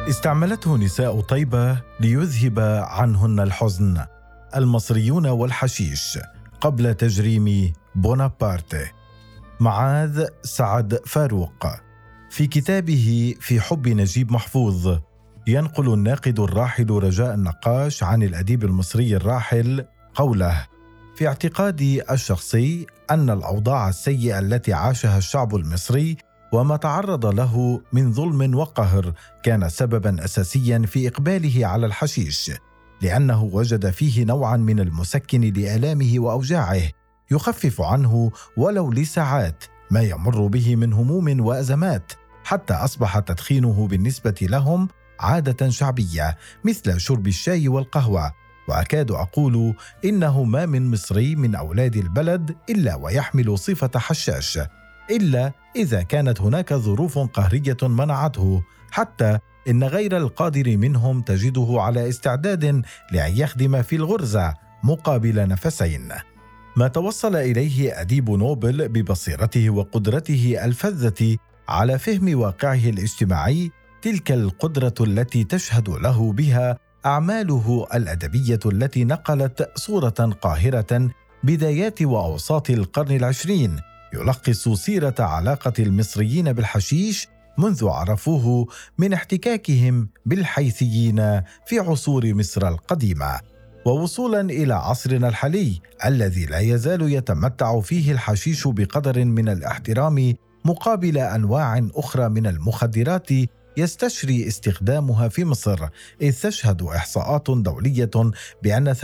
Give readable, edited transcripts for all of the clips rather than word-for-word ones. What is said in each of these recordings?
استعملته نساء طيبة ليذهب عنهن الحزن، المصريون والحشيش قبل تجريم بونابرت. معاذ سعد فاروق في كتابه في حب نجيب محفوظ ينقل الناقد الراحل رجاء النقاش عن الأديب المصري الراحل قوله: في اعتقادي الشخصي أن الأوضاع السيئة التي عاشها الشعب المصري وما تعرض له من ظلم وقهر كان سبباً أساسياً في إقباله على الحشيش، لأنه وجد فيه نوعاً من المسكن لآلامه وأوجاعه، يخفف عنه ولو لساعات ما يمر به من هموم وأزمات، حتى أصبح تدخينه بالنسبة لهم عادة شعبية مثل شرب الشاي والقهوة. وأكاد أقول إنه ما من مصري من أولاد البلد إلا ويحمل صفة حشاش، إلا إذا كانت هناك ظروف قهرية منعته، حتى إن غير القادر منهم تجده على استعداد لأن يخدم في الغرزة مقابل نفسين. ما توصل إليه أديب نوبل ببصيرته وقدرته الفذة على فهم واقعه الاجتماعي، تلك القدرة التي تشهد له بها أعماله الأدبية التي نقلت صورة قاهرة بدايات وأوساط القرن العشرين، يلخص سيرة علاقة المصريين بالحشيش منذ عرفوه من احتكاكهم بالحيثيين في عصور مصر القديمة، ووصولا إلى عصرنا الحالي الذي لا يزال يتمتع فيه الحشيش بقدر من الاحترام مقابل أنواع أخرى من المخدرات يستشري استخدامها في مصر، إذ تشهد إحصاءات دولية بأن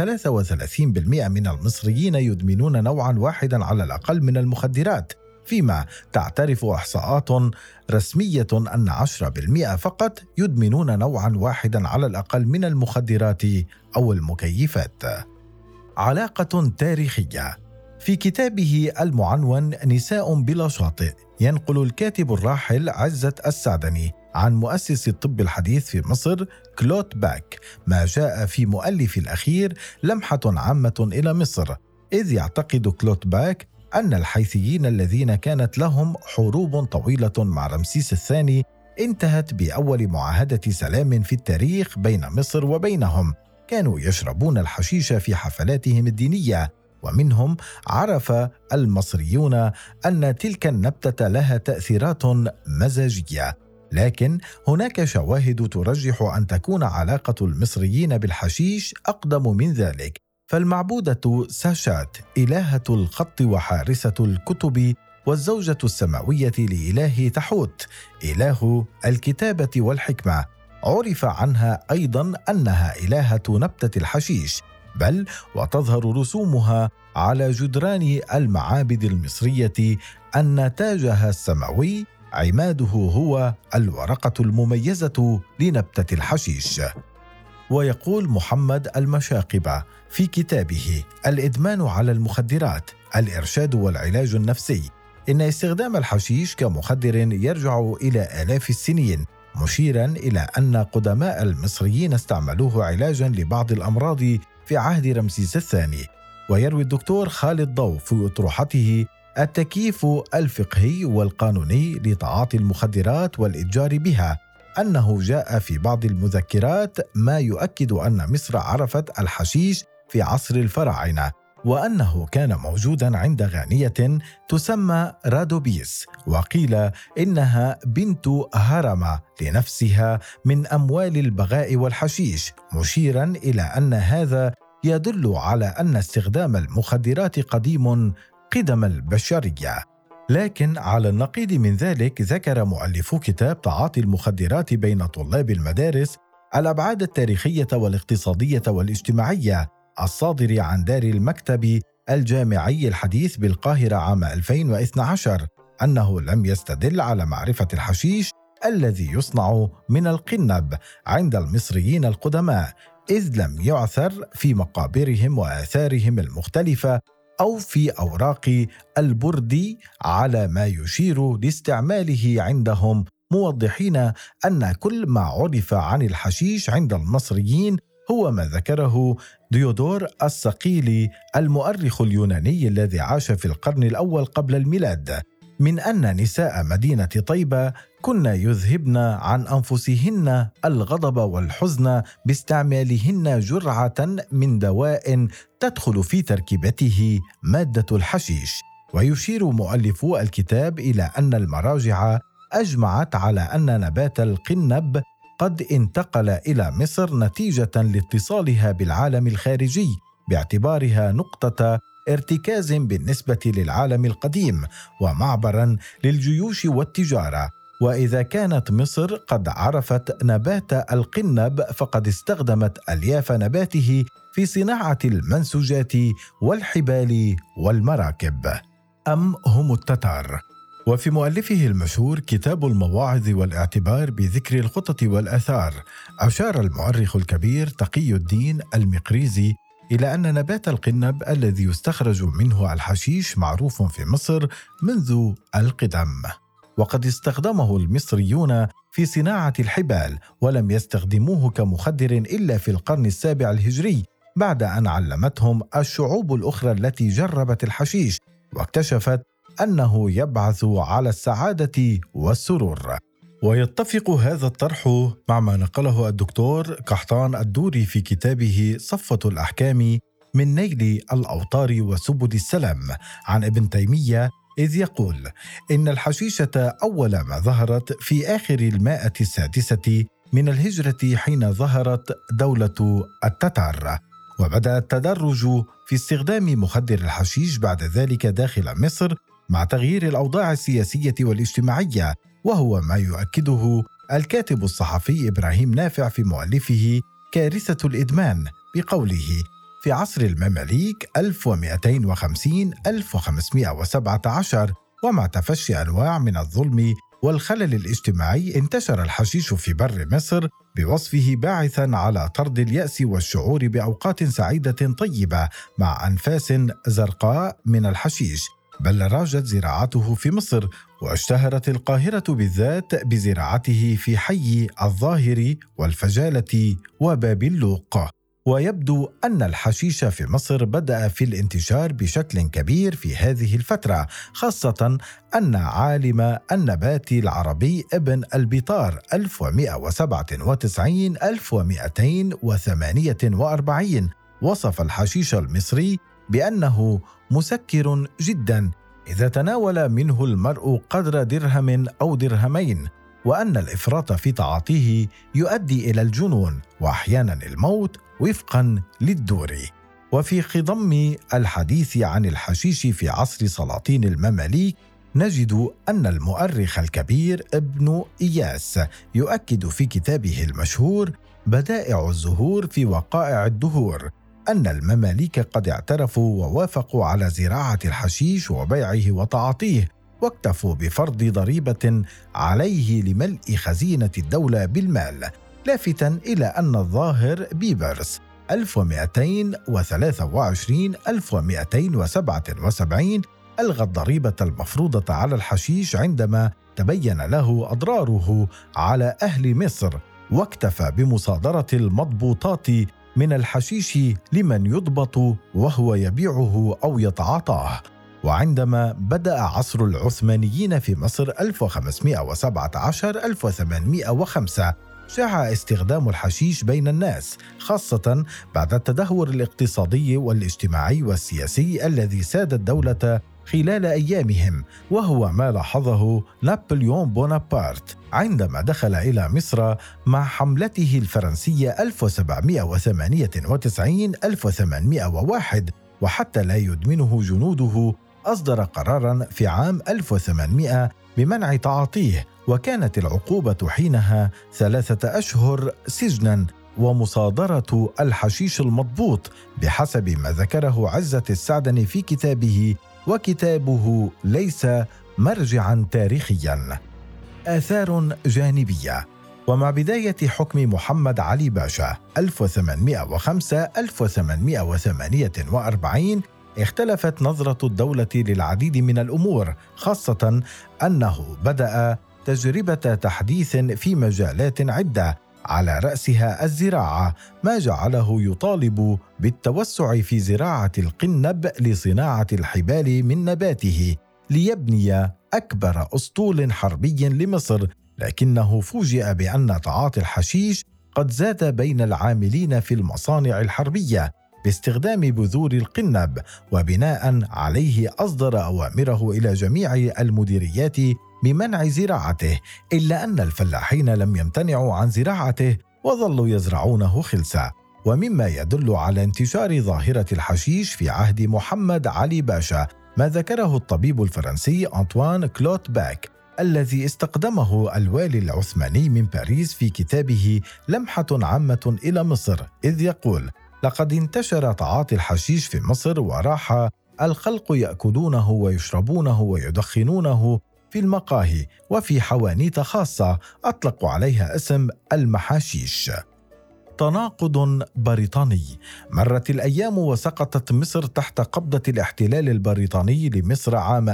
33% من المصريين يدمنون نوعا واحدا على الأقل من المخدرات، فيما تعترف إحصاءات رسمية أن 10% فقط يدمنون نوعا واحدا على الأقل من المخدرات أو المكيفات. علاقة تاريخية. في كتابه المعنون نساء بلا شاطئ ينقل الكاتب الراحل عزت السعدني عن مؤسس الطب الحديث في مصر كلوت باك ما جاء في مؤلف الأخير لمحة عامة إلى مصر، إذ يعتقد كلوت باك أن الحيثيين الذين كانت لهم حروب طويلة مع رمسيس الثاني انتهت بأول معاهدة سلام في التاريخ بين مصر وبينهم، كانوا يشربون الحشيش في حفلاتهم الدينية، ومنهم عرف المصريون أن تلك النبتة لها تأثيرات مزاجية. لكن هناك شواهد ترجح أن تكون علاقة المصريين بالحشيش أقدم من ذلك، فالمعبودة ساشات إلهة الخط وحارسة الكتب والزوجة السماوية لإله تحوت إله الكتابة والحكمة، عرف عنها أيضا أنها إلهة نبتة الحشيش، بل وتظهر رسومها على جدران المعابد المصرية أن تاجها السماوي عماده هو الورقة المميزة لنبتة الحشيش. ويقول محمد المشاقبة في كتابه الإدمان على المخدرات الإرشاد والعلاج النفسي إن استخدام الحشيش كمخدر يرجع إلى آلاف السنين، مشيرا إلى أن قدماء المصريين استعملوه علاجا لبعض الأمراض في عهد رمسيس الثاني. ويروي الدكتور خالد ضو في أطروحته التكييف الفقهي والقانوني لتعاطي المخدرات والإتجار بها أنه جاء في بعض المذكرات ما يؤكد أن مصر عرفت الحشيش في عصر الفراعنة، وأنه كان موجودا عند غانية تسمى رادوبيس، وقيل إنها بنت هرم لنفسها من أموال البغاء والحشيش، مشيرا إلى أن هذا يدل على أن استخدام المخدرات قديم قدم البشرية. لكن على النقيض من ذلك ذكر مؤلفو كتاب تعاطي المخدرات بين طلاب المدارس الأبعاد التاريخية والاقتصادية والاجتماعية الصادر عن دار المكتب الجامعي الحديث بالقاهرة عام 2012 أنه لم يستدل على معرفة الحشيش الذي يصنع من القنب عند المصريين القدماء، إذ لم يعثر في مقابرهم وآثارهم المختلفة أو في أوراق البرد على ما يشير لاستعماله عندهم، موضحين أن كل ما عرف عن الحشيش عند المصريين هو ما ذكره ديودور الصقيلي المؤرخ اليوناني الذي عاش في القرن الأول قبل الميلاد، من أن نساء مدينة طيبة كن يذهبن عن أنفسهن الغضب والحزن باستعمالهن جرعة من دواء تدخل في تركيبته مادة الحشيش. ويشير مؤلفو الكتاب إلى أن المراجع أجمعت على أن نبات القنب قد انتقل إلى مصر نتيجة لاتصالها بالعالم الخارجي، باعتبارها نقطة ارتكاز بالنسبة للعالم القديم ومعبراً للجيوش والتجارة. وإذا كانت مصر قد عرفت نبات القنب فقد استخدمت ألياف نباته في صناعة المنسوجات والحبال والمراكب. أم هم التتار؟ وفي مؤلفه المشهور كتاب المواعظ والاعتبار بذكر الخطط والآثار، أشار المؤرخ الكبير تقي الدين المقريزي إلى أن نبات القنب الذي يستخرج منه الحشيش معروف في مصر منذ القدم، وقد استخدمه المصريون في صناعة الحبال، ولم يستخدموه كمخدر إلا في القرن السابع الهجري، بعد أن علمتهم الشعوب الأخرى التي جربت الحشيش واكتشفت أنه يبعث على السعادة والسرور. ويتفق هذا الطرح مع ما نقله الدكتور قحطان الدوري في كتابه صفة الأحكام من نيل الأوطار وسبل السلام عن ابن تيمية، إذ يقول إن الحشيشة أول ما ظهرت في آخر 106 من الهجرة حين ظهرت دولة التتار، وبدأ التدرج في استخدام مخدر الحشيش بعد ذلك داخل مصر مع تغيير الأوضاع السياسية والاجتماعية، وهو ما يؤكده الكاتب الصحفي إبراهيم نافع في مؤلفه كارثة الإدمان بقوله: في عصر المماليك 1250-1517 ومع تفشي أنواع من الظلم والخلل الاجتماعي انتشر الحشيش في بر مصر بوصفه باعثاً على طرد اليأس والشعور بأوقات سعيدة طيبة مع أنفاس زرقاء من الحشيش، بل راجت زراعته في مصر، واشتهرت القاهرة بالذات بزراعته في حي الظاهر والفجالة وباب اللوق. ويبدو أن الحشيش في مصر بدأ في الانتشار بشكل كبير في هذه الفترة، خاصة أن عالم النبات العربي ابن البطار 1197-1248 وصف الحشيش المصري بأنه مسكر جدا إذا تناول منه المرء قدر درهم أو درهمين، وأن الإفراط في تعاطيه يؤدي إلى الجنون وأحيانا الموت وفقا للدوري. وفي خضم الحديث عن الحشيش في عصر سلاطين المماليك نجد أن المؤرخ الكبير ابن إياس يؤكد في كتابه المشهور بدائع الزهور في وقائع الدهور أن المماليك قد اعترفوا ووافقوا على زراعة الحشيش وبيعه وتعاطيه، واكتفوا بفرض ضريبة عليه لملء خزينة الدولة بالمال، لافتا إلى أن الظاهر بيبرس 1223-1277 ألغى الضريبة المفروضة على الحشيش عندما تبين له أضراره على أهل مصر، واكتفى بمصادرة المضبوطات من الحشيش لمن يضبط وهو يبيعه أو يتعاطاه. وعندما بدأ عصر العثمانيين في مصر 1517-1805 شاع استخدام الحشيش بين الناس، خاصة بعد التدهور الاقتصادي والاجتماعي والسياسي الذي ساد الدولة خلال أيامهم، وهو ما لاحظه نابليون بونابرت عندما دخل إلى مصر مع حملته الفرنسية 1798-1801، وحتى لا يدمنه جنوده أصدر قراراً في عام 1800 بمنع تعاطيه، وكانت العقوبة حينها 3 أشهر سجناً ومصادرة الحشيش المضبوط، بحسب ما ذكره عزة السعدني في كتابه، وكتابه ليس مرجعاً تاريخياً. آثار جانبية. ومع بداية حكم محمد علي باشا 1805-1848 اختلفت نظرة الدولة للعديد من الأمور، خاصة أنه بدأ تجربة تحديث في مجالات عدة على رأسها الزراعة، ما جعله يطالب بالتوسع في زراعة القنب لصناعة الحبال من نباته، ليبني أكبر أسطول حربي لمصر، لكنه فوجئ بأن تعاطي الحشيش قد زاد بين العاملين في المصانع الحربية باستخدام بذور القنب، وبناء عليه أصدر أوامره إلى جميع المديريات بمنع زراعته، إلا أن الفلاحين لم يمتنعوا عن زراعته وظلوا يزرعونه خلسة. ومما يدل على انتشار ظاهرة الحشيش في عهد محمد علي باشا ما ذكره الطبيب الفرنسي أنطوان كلوت باك الذي استقدمه الوالي العثماني من باريس في كتابه لمحة عامة إلى مصر، إذ يقول: لقد انتشر تعاطي الحشيش في مصر، وراح الخلق يأكلونه ويشربونه ويدخنونه في المقاهي وفي حوانيت خاصة أطلقوا عليها اسم المحاشيش. تناقض بريطاني. مرت الأيام وسقطت مصر تحت قبضة الاحتلال البريطاني لمصر عام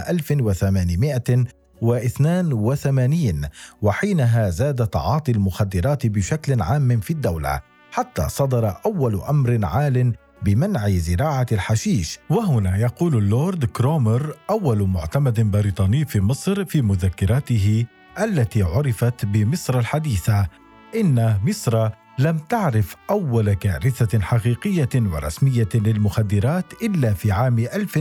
1882، وحينها زاد تعاطي المخدرات بشكل عام في الدولة، حتى صدر أول أمر عال بمنع زراعة الحشيش. وهنا يقول اللورد كرومر أول معتمد بريطاني في مصر في مذكراته التي عرفت بمصر الحديثة: إن مصر لم تعرف أول كارثة حقيقية ورسمية للمخدرات إلا في عام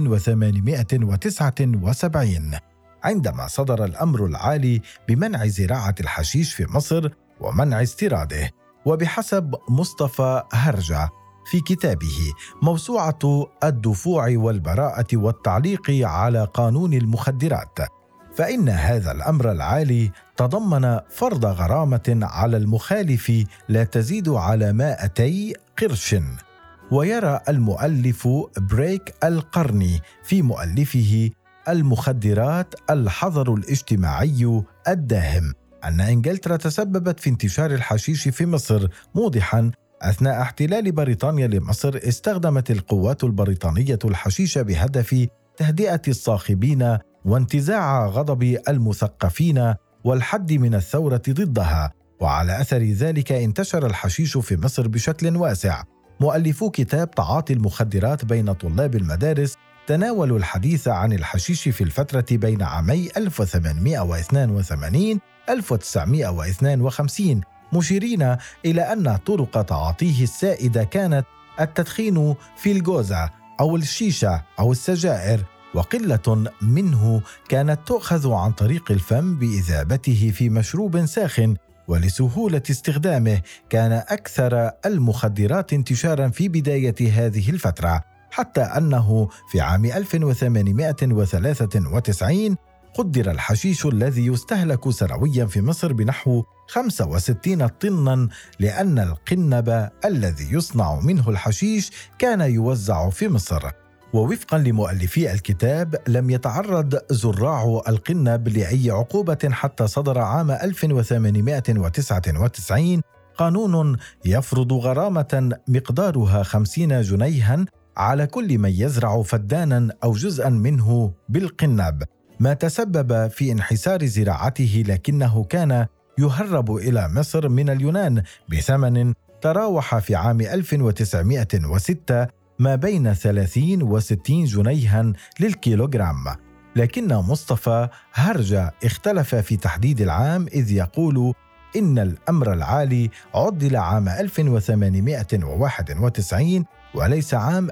1879 عندما صدر الأمر العالي بمنع زراعة الحشيش في مصر ومنع استيراده. وبحسب مصطفى هرجة في كتابه موسوعة الدفوع والبراءة والتعليق على قانون المخدرات، فإن هذا الأمر العالي تضمن فرض غرامة على المخالف لا تزيد على 200 قرش. ويرى المؤلف بريك القرني في مؤلفه المخدرات الحظر الاجتماعي الداهم أن إنجلترا تسببت في انتشار الحشيش في مصر، موضحاً: أثناء احتلال بريطانيا لمصر استخدمت القوات البريطانية الحشيش بهدف تهدئة الصاخبين وانتزاع غضب المثقفين والحد من الثورة ضدها. وعلى أثر ذلك انتشر الحشيش في مصر بشكل واسع. مؤلفو كتاب تعاطي المخدرات بين طلاب المدارس تناولوا الحديث عن الحشيش في الفترة بين عامي 1882 1952، مشيرين إلى أن طرق تعاطيه السائدة كانت التدخين في الجوزة أو الشيشة أو السجائر، وقلة منه كانت تؤخذ عن طريق الفم بإذابته في مشروب ساخن. ولسهولة استخدامه كان أكثر المخدرات انتشاراً في بداية هذه الفترة، حتى أنه في عام 1893 قدر الحشيش الذي يستهلك سنوياً في مصر بنحو 65 طناً، لأن القنب الذي يصنع منه الحشيش كان يوزع في مصر. ووفقاً لمؤلفي الكتاب لم يتعرض زراع القنب لأي عقوبة حتى صدر عام 1899 قانون يفرض غرامة مقدارها 50 جنيها على كل من يزرع فداناً أو جزءاً منه بالقنب، ما تسبب في انحسار زراعته، لكنه كان يهرب إلى مصر من اليونان بثمن تراوح في عام 1906 ما بين 30 و60 جنيها للكيلوغرام. لكن مصطفى هرجة اختلف في تحديد العام، إذ يقول إن الأمر العالي عدل عام 1891 وليس عام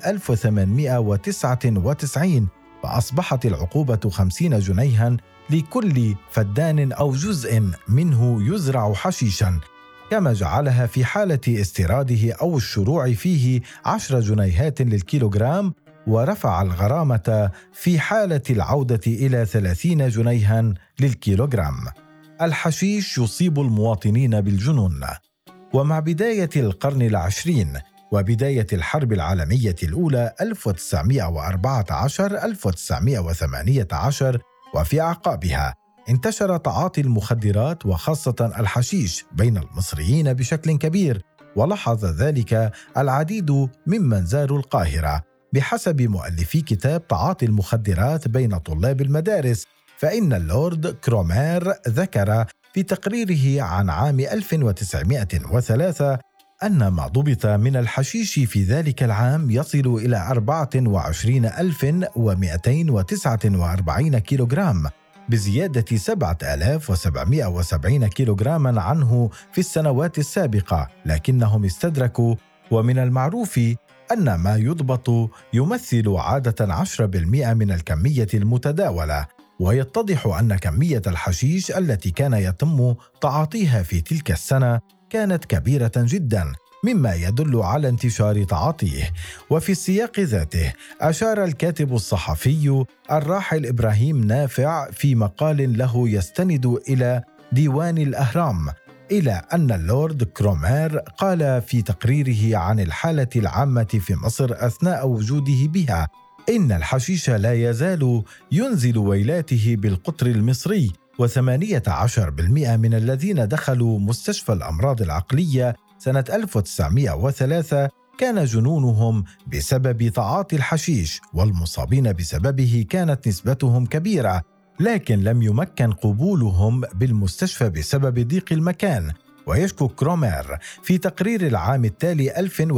1899، فأصبحت العقوبة 50 جنيها لكل فدان أو جزء منه يزرع حشيشا، كما جعلها في حالة استيراده أو الشروع فيه 10 جنيهات للكيلوغرام، ورفع الغرامة في حالة العودة إلى 30 جنيها للكيلوغرام. الحشيش يصيب المواطنين بالجنون. ومع بداية القرن العشرين وبداية الحرب العالمية الأولى 1914-1918 وفي أعقابها انتشر تعاطي المخدرات وخاصة الحشيش بين المصريين بشكل كبير، ولاحظ ذلك العديد ممن زاروا القاهرة. بحسب مؤلفي كتاب تعاطي المخدرات بين طلاب المدارس، فإن اللورد كرومير ذكر في تقريره عن عام 1903 أن ما ضبط من الحشيش في ذلك العام يصل إلى 24249 كيلوغرام، بزيادة 7770 كيلوغراما عنه في السنوات السابقة، لكنهم استدركوا ومن المعروف أن ما يضبط يمثل عادة 10% من الكمية المتداولة، ويتضح أن كمية الحشيش التي كان يتم تعاطيها في تلك السنة كانت كبيرة جداً، مما يدل على انتشار تعاطيه. وفي السياق ذاته أشار الكاتب الصحفي الراحل إبراهيم نافع في مقال له يستند إلى ديوان الأهرام إلى أن اللورد كرومير قال في تقريره عن الحالة العامة في مصر أثناء وجوده بها إن الحشيش لا يزال ينزل ويلاته بالقطر المصري، و18% من الذين دخلوا مستشفى الأمراض العقلية سنة 1903 كان جنونهم بسبب تعاطي الحشيش، والمصابين بسببه كانت نسبتهم كبيرة، لكن لم يمكن قبولهم بالمستشفى بسبب ضيق المكان. ويشكو كرومير في تقرير العام التالي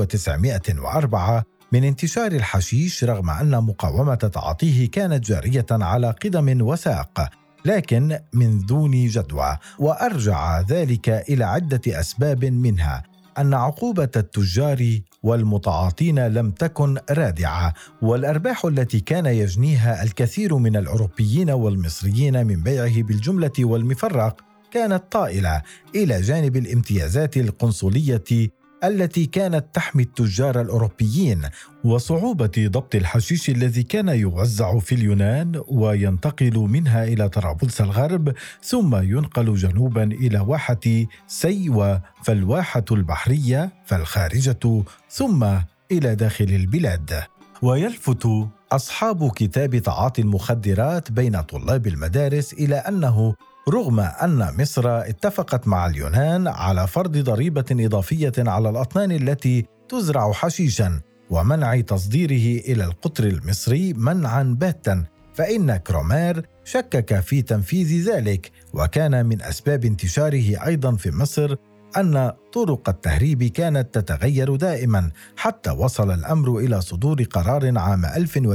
1904 من انتشار الحشيش رغم أن مقاومة تعاطيه كانت جارية على قدم وساق، لكن من دون جدوى، وأرجع ذلك إلى عدة أسباب، منها أن عقوبة التجار والمتعاطين لم تكن رادعة، والأرباح التي كان يجنيها الكثير من الأوروبيين والمصريين من بيعه بالجملة والمفرق كانت طائلة، إلى جانب الامتيازات القنصلية التي كانت تحمي التجار الأوروبيين، وصعوبة ضبط الحشيش الذي كان يوزع في اليونان وينتقل منها إلى طرابلس الغرب ثم ينقل جنوبا إلى واحة سيوة، فالواحة البحرية، فالخارجة، ثم إلى داخل البلاد. ويلفت أصحاب كتاب تعاطي المخدرات بين طلاب المدارس إلى أنه رغم أن مصر اتفقت مع اليونان على فرض ضريبة إضافية على الأطنان التي تزرع حشيشاً ومنع تصديره إلى القطر المصري منعاً باتا، فإن كرومير شكك في تنفيذ ذلك. وكان من أسباب انتشاره أيضاً في مصر أن طرق التهريب كانت تتغير دائماً، حتى وصل الأمر إلى صدور قرار عام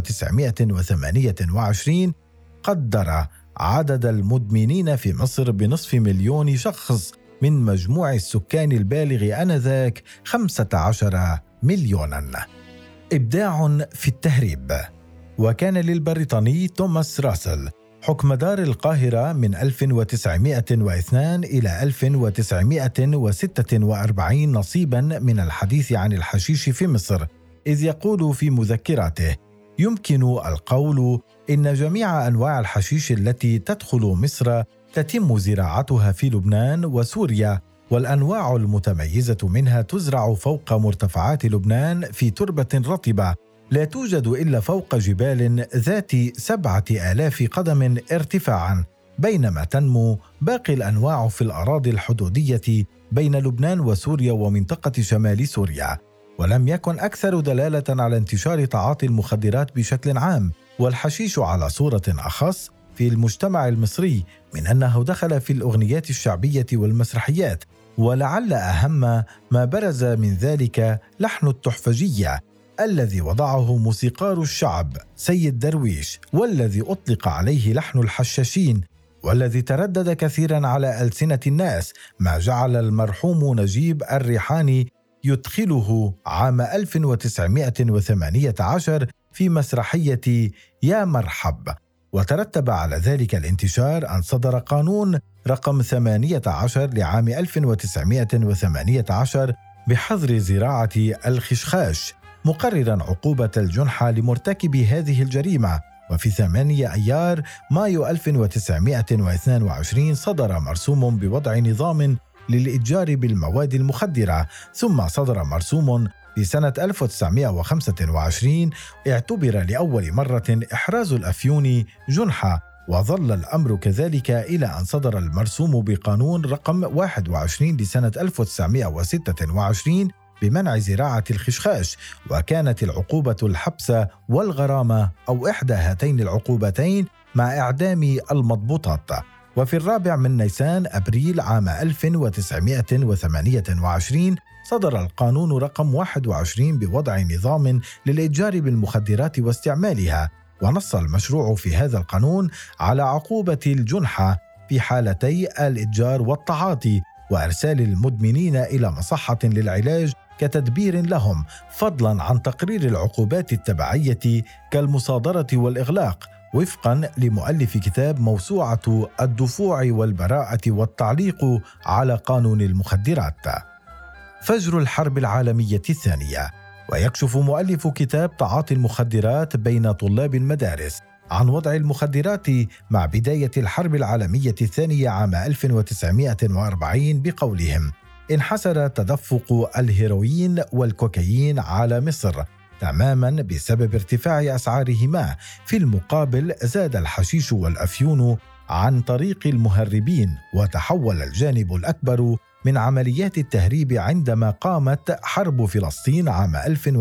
1928 قدر عدد المدمنين في مصر ب500,000 شخص من مجموع السكان البالغ آنذاك 15 مليوناً. إبداع في التهريب. وكان للبريطاني توماس راسل حكم دار القاهرة من 1902 إلى 1946 نصيباً من الحديث عن الحشيش في مصر، إذ يقول في مذكراته: يمكن القول إن جميع أنواع الحشيش التي تدخل مصر تتم زراعتها في لبنان وسوريا، والأنواع المتميزة منها تزرع فوق مرتفعات لبنان في تربة رطبة لا توجد إلا فوق جبال ذات 7,000 قدم ارتفاعاً، بينما تنمو باقي الأنواع في الأراضي الحدودية بين لبنان وسوريا ومنطقة شمال سوريا. ولم يكن أكثر دلالة على انتشار تعاطي المخدرات بشكل عام والحشيش على صورة أخص في المجتمع المصري من أنه دخل في الأغنيات الشعبية والمسرحيات، ولعل أهم ما برز من ذلك لحن التحفجية الذي وضعه موسيقار الشعب سيد درويش، والذي أطلق عليه لحن الحشاشين، والذي تردد كثيرا على ألسنة الناس، ما جعل المرحوم نجيب الريحاني يدخله عام 1918 في مسرحية يا مرحب. وترتب على ذلك الانتشار أن صدر قانون رقم 18 لعام 1918 بحظر زراعة الخشخاش، مقررا عقوبة الجنحة لمرتكب هذه الجريمة. وفي 8 أيار مايو 1922 صدر مرسوم بوضع نظام للإتجار بالمواد المخدرة، ثم صدر مرسوم في سنة 1925 اعتبر لأول مرة إحراز الأفيون جنحة، وظل الأمر كذلك إلى أن صدر المرسوم بقانون رقم 21 لسنة 1926 بمنع زراعة الخشخاش، وكانت العقوبة الحبس والغرامة أو إحدى هاتين العقوبتين مع إعدام المضبوطات. وفي 4 من نيسان أبريل عام 1928 صدر القانون رقم 21 بوضع نظام للإتجار بالمخدرات واستعمالها، ونص المشروع في هذا القانون على عقوبة الجنحة في حالتي الإتجار والتعاطي وإرسال المدمنين إلى مصحة للعلاج كتدبير لهم، فضلاً عن تقرير العقوبات التبعية كالمصادرة والإغلاق، وفقاً لمؤلف كتاب موسوعة الدفوع والبراءة والتعليق على قانون المخدرات. فجر الحرب العالمية الثانية. ويكشف مؤلف كتاب تعاطي المخدرات بين طلاب المدارس عن وضع المخدرات مع بداية الحرب العالمية الثانية عام 1940 بقولهم: انحسر تدفق الهيروين والكوكايين على مصر تماما بسبب ارتفاع أسعارهما، في المقابل زاد الحشيش والأفيون عن طريق المهربين، وتحول الجانب الأكبر من عمليات التهريب عندما قامت حرب فلسطين عام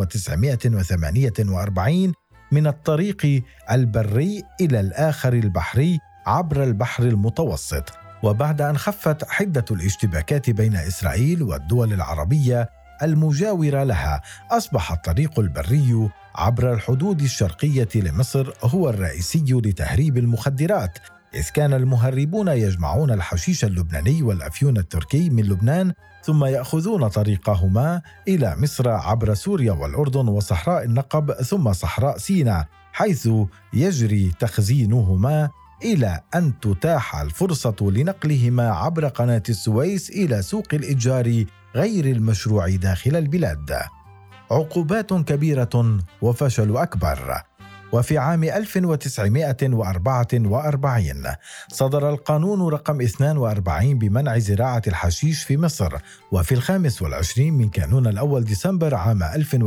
1948 من الطريق البري إلى الآخر البحري عبر البحر المتوسط. وبعد أن خفت حدة الاشتباكات بين إسرائيل والدول العربية المجاورة لها، أصبح الطريق البري عبر الحدود الشرقية لمصر هو الرئيسي لتهريب المخدرات، إذ كان المهربون يجمعون الحشيش اللبناني والأفيون التركي من لبنان، ثم يأخذون طريقهما إلى مصر عبر سوريا والأردن وصحراء النقب ثم صحراء سيناء، حيث يجري تخزينهما إلى أن تتاح الفرصة لنقلهما عبر قناة السويس إلى سوق الإتجار غير المشروع داخل البلاد. عقوبات كبيرة وفشل أكبر. وفي عام 1944 صدر القانون رقم 42 بمنع زراعة الحشيش في مصر، وفي 25 من كانون الأول ديسمبر عام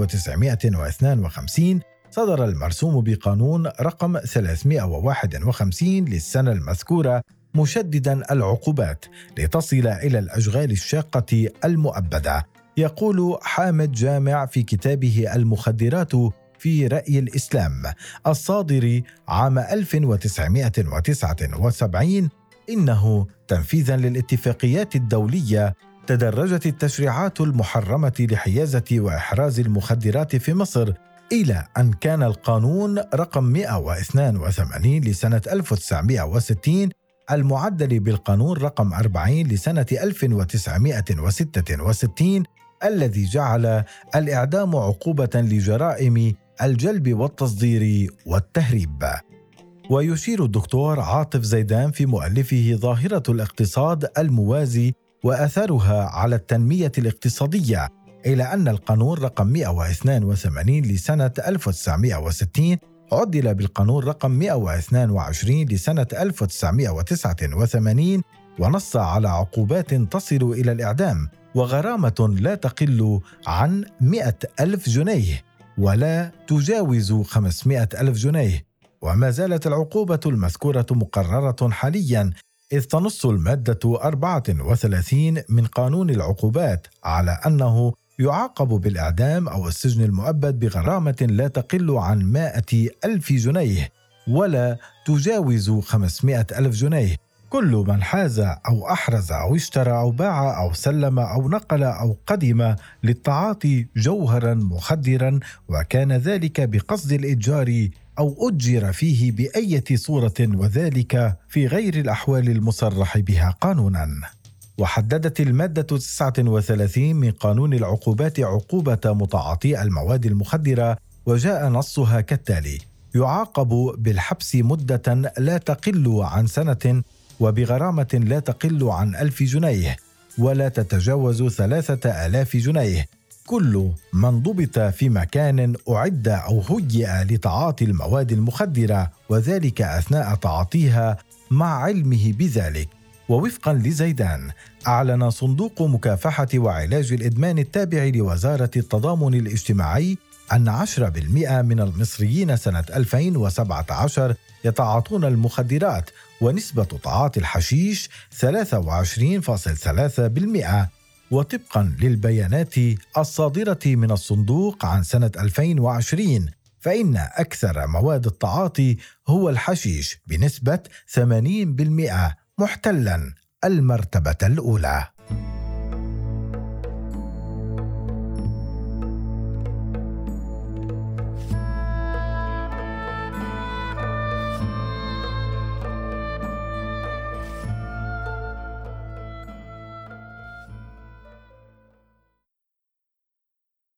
1952 صدر المرسوم بقانون رقم 351 للسنة المذكورة، مشددا العقوبات لتصل إلى الأشغال الشاقة المؤبدة. يقول حامد جامع في كتابه المخدرات في رأي الإسلام الصادر عام 1979 إنه تنفيذا للاتفاقيات الدولية تدرجت التشريعات المحرمة لحيازة وإحراز المخدرات في مصر، إلى أن كان القانون رقم 182 لسنة 1960 المعدل بالقانون رقم 40 لسنة 1966 الذي جعل الإعدام عقوبة لجرائم الجلب والتصدير والتهريب. ويشير الدكتور عاطف زيدان في مؤلفه ظاهرة الاقتصاد الموازي وأثرها على التنمية الاقتصادية إلى أن القانون رقم 182 لسنة 1960 عدل بالقانون رقم 122 لسنة 1989 ونص على عقوبات تصل إلى الإعدام وغرامة لا تقل عن 100,000 جنيه ولا تجاوز 500,000 جنيه. وما زالت العقوبة المذكورة مقررة حالياً، إذ تنص المادة 34 من قانون العقوبات على أنه يعاقب بالإعدام أو السجن المؤبد بغرامة لا تقل عن 100,000 جنيه ولا تجاوز 500,000 جنيه كل من حاز أو أحرز أو اشترى أو باع أو سلم أو نقل أو قدم للتعاطي جوهرا مخدرا، وكان ذلك بقصد الإتجار أو أجر فيه بأية صورة، وذلك في غير الأحوال المصرح بها قانونا. وحددت المادة 39 من قانون العقوبات عقوبة متعاطي المواد المخدرة، وجاء نصها كالتالي: يعاقب بالحبس مدة لا تقل عن سنة وبغرامة لا تقل عن 1,000 جنيه ولا تتجاوز 3,000 جنيه كل من ضبط في مكان أعد أو هيئ لتعاطي المواد المخدرة، وذلك أثناء تعاطيها مع علمه بذلك. ووفقا لزيدان، أعلن صندوق مكافحة وعلاج الإدمان التابع لوزارة التضامن الاجتماعي أن 10% من المصريين سنة 2017 يتعاطون المخدرات، ونسبة تعاطي الحشيش 23.3%. وطبقا للبيانات الصادرة من الصندوق عن سنة 2020، فإن أكثر مواد التعاطي هو الحشيش بنسبة 80%، محتلا المرتبة الأولى.